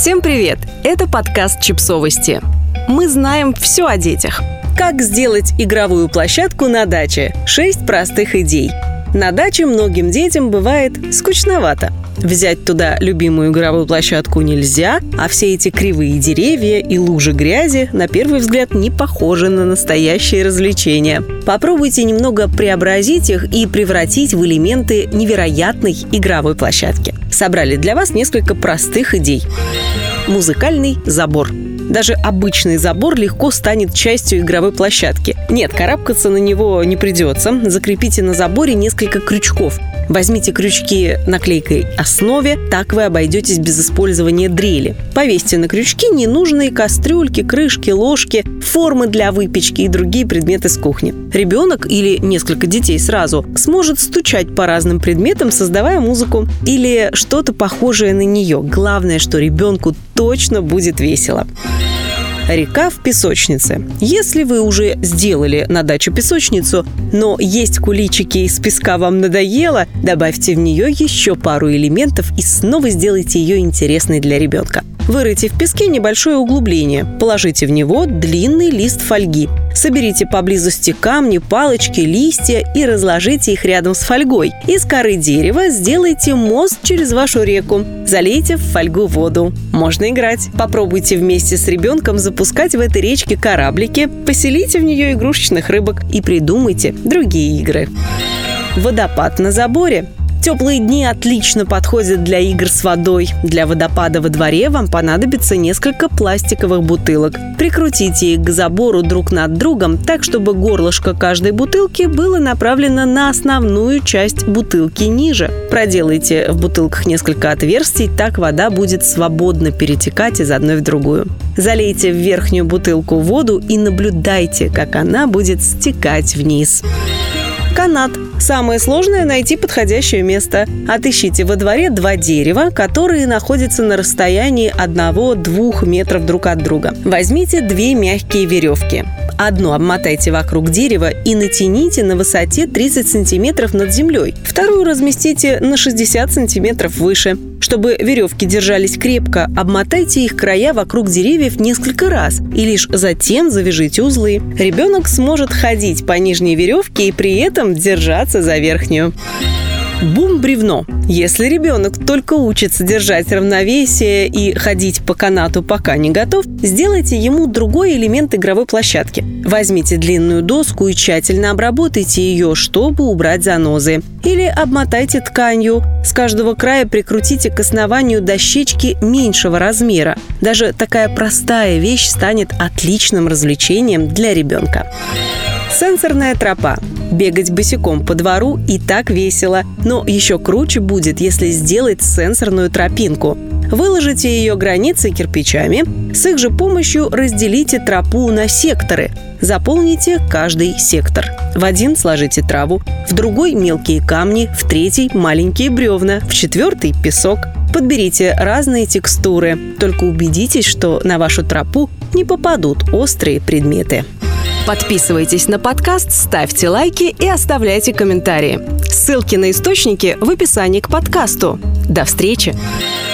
Всем привет! Это подкаст «Чипсовости». Мы знаем все о детях. Как сделать игровую площадку на даче? 6 простых идей. На даче многим детям бывает скучновато. Взять туда любимую игровую площадку нельзя, а все эти кривые деревья и лужи грязи на первый взгляд не похожи на настоящие развлечения. Попробуйте немного преобразить их и превратить в элементы невероятной игровой площадки. Собрали для вас несколько простых идей. Музыкальный забор. Даже обычный забор легко станет частью игровой площадки. Нет, карабкаться на него не придется. Закрепите на заборе несколько крючков. Возьмите крючки наклейкой «Основе», так вы обойдетесь без использования дрели. Повесьте на крючки ненужные кастрюльки, крышки, ложки, формы для выпечки и другие предметы с кухни. Ребенок или несколько детей сразу сможет стучать по разным предметам, создавая музыку или что-то похожее на нее. Главное, что ребенку точно будет весело. Река в песочнице. Если вы уже сделали на даче песочницу, но есть куличики из песка вам надоело, добавьте в нее еще пару элементов и снова сделайте ее интересной для ребенка. Вырыйте в песке небольшое углубление, положите в него длинный лист фольги. Соберите поблизости камни, палочки, листья и разложите их рядом с фольгой. Из коры дерева сделайте мост через вашу реку. Залейте в фольгу воду. Можно играть. Попробуйте вместе с ребенком запускать в этой речке кораблики, поселите в нее игрушечных рыбок и придумайте другие игры. Водопад на заборе. Теплые дни отлично подходят для игр с водой. Для водопада во дворе вам понадобится несколько пластиковых бутылок. Прикрутите их к забору друг над другом так, чтобы горлышко каждой бутылки было направлено на основную часть бутылки ниже. Проделайте в бутылках несколько отверстий, так вода будет свободно перетекать из одной в другую. Залейте в верхнюю бутылку воду и наблюдайте, как она будет стекать вниз. Канат. Самое сложное – найти подходящее место. Отыщите во дворе 2 дерева, которые находятся на расстоянии 1-2 метров друг от друга. Возьмите 2 мягкие веревки. Одну обмотайте вокруг дерева и натяните на высоте 30 сантиметров над землей. Вторую разместите на 60 сантиметров выше. Чтобы веревки держались крепко, обмотайте их края вокруг деревьев несколько раз и лишь затем завяжите узлы. Ребенок сможет ходить по нижней веревке и при этом держаться за верхнюю. Бум-бревно. Если ребенок только учится держать равновесие и ходить по канату пока не готов, сделайте ему другой элемент игровой площадки. Возьмите длинную доску и тщательно обработайте ее, чтобы убрать занозы. Или обмотайте тканью. С каждого края прикрутите к основанию дощечки меньшего размера. Даже такая простая вещь станет отличным развлечением для ребенка. Сенсорная тропа. Бегать босиком по двору и так весело, но еще круче будет, если сделать сенсорную тропинку. Выложите ее границы кирпичами, с их же помощью разделите тропу на секторы. Заполните каждый сектор. В один сложите траву, в другой мелкие камни, в третий маленькие бревна, в четвертый песок. Подберите разные текстуры, только убедитесь, что на вашу тропу не попадут острые предметы. Подписывайтесь на подкаст, ставьте лайки и оставляйте комментарии. Ссылки на источники в описании к подкасту. До встречи!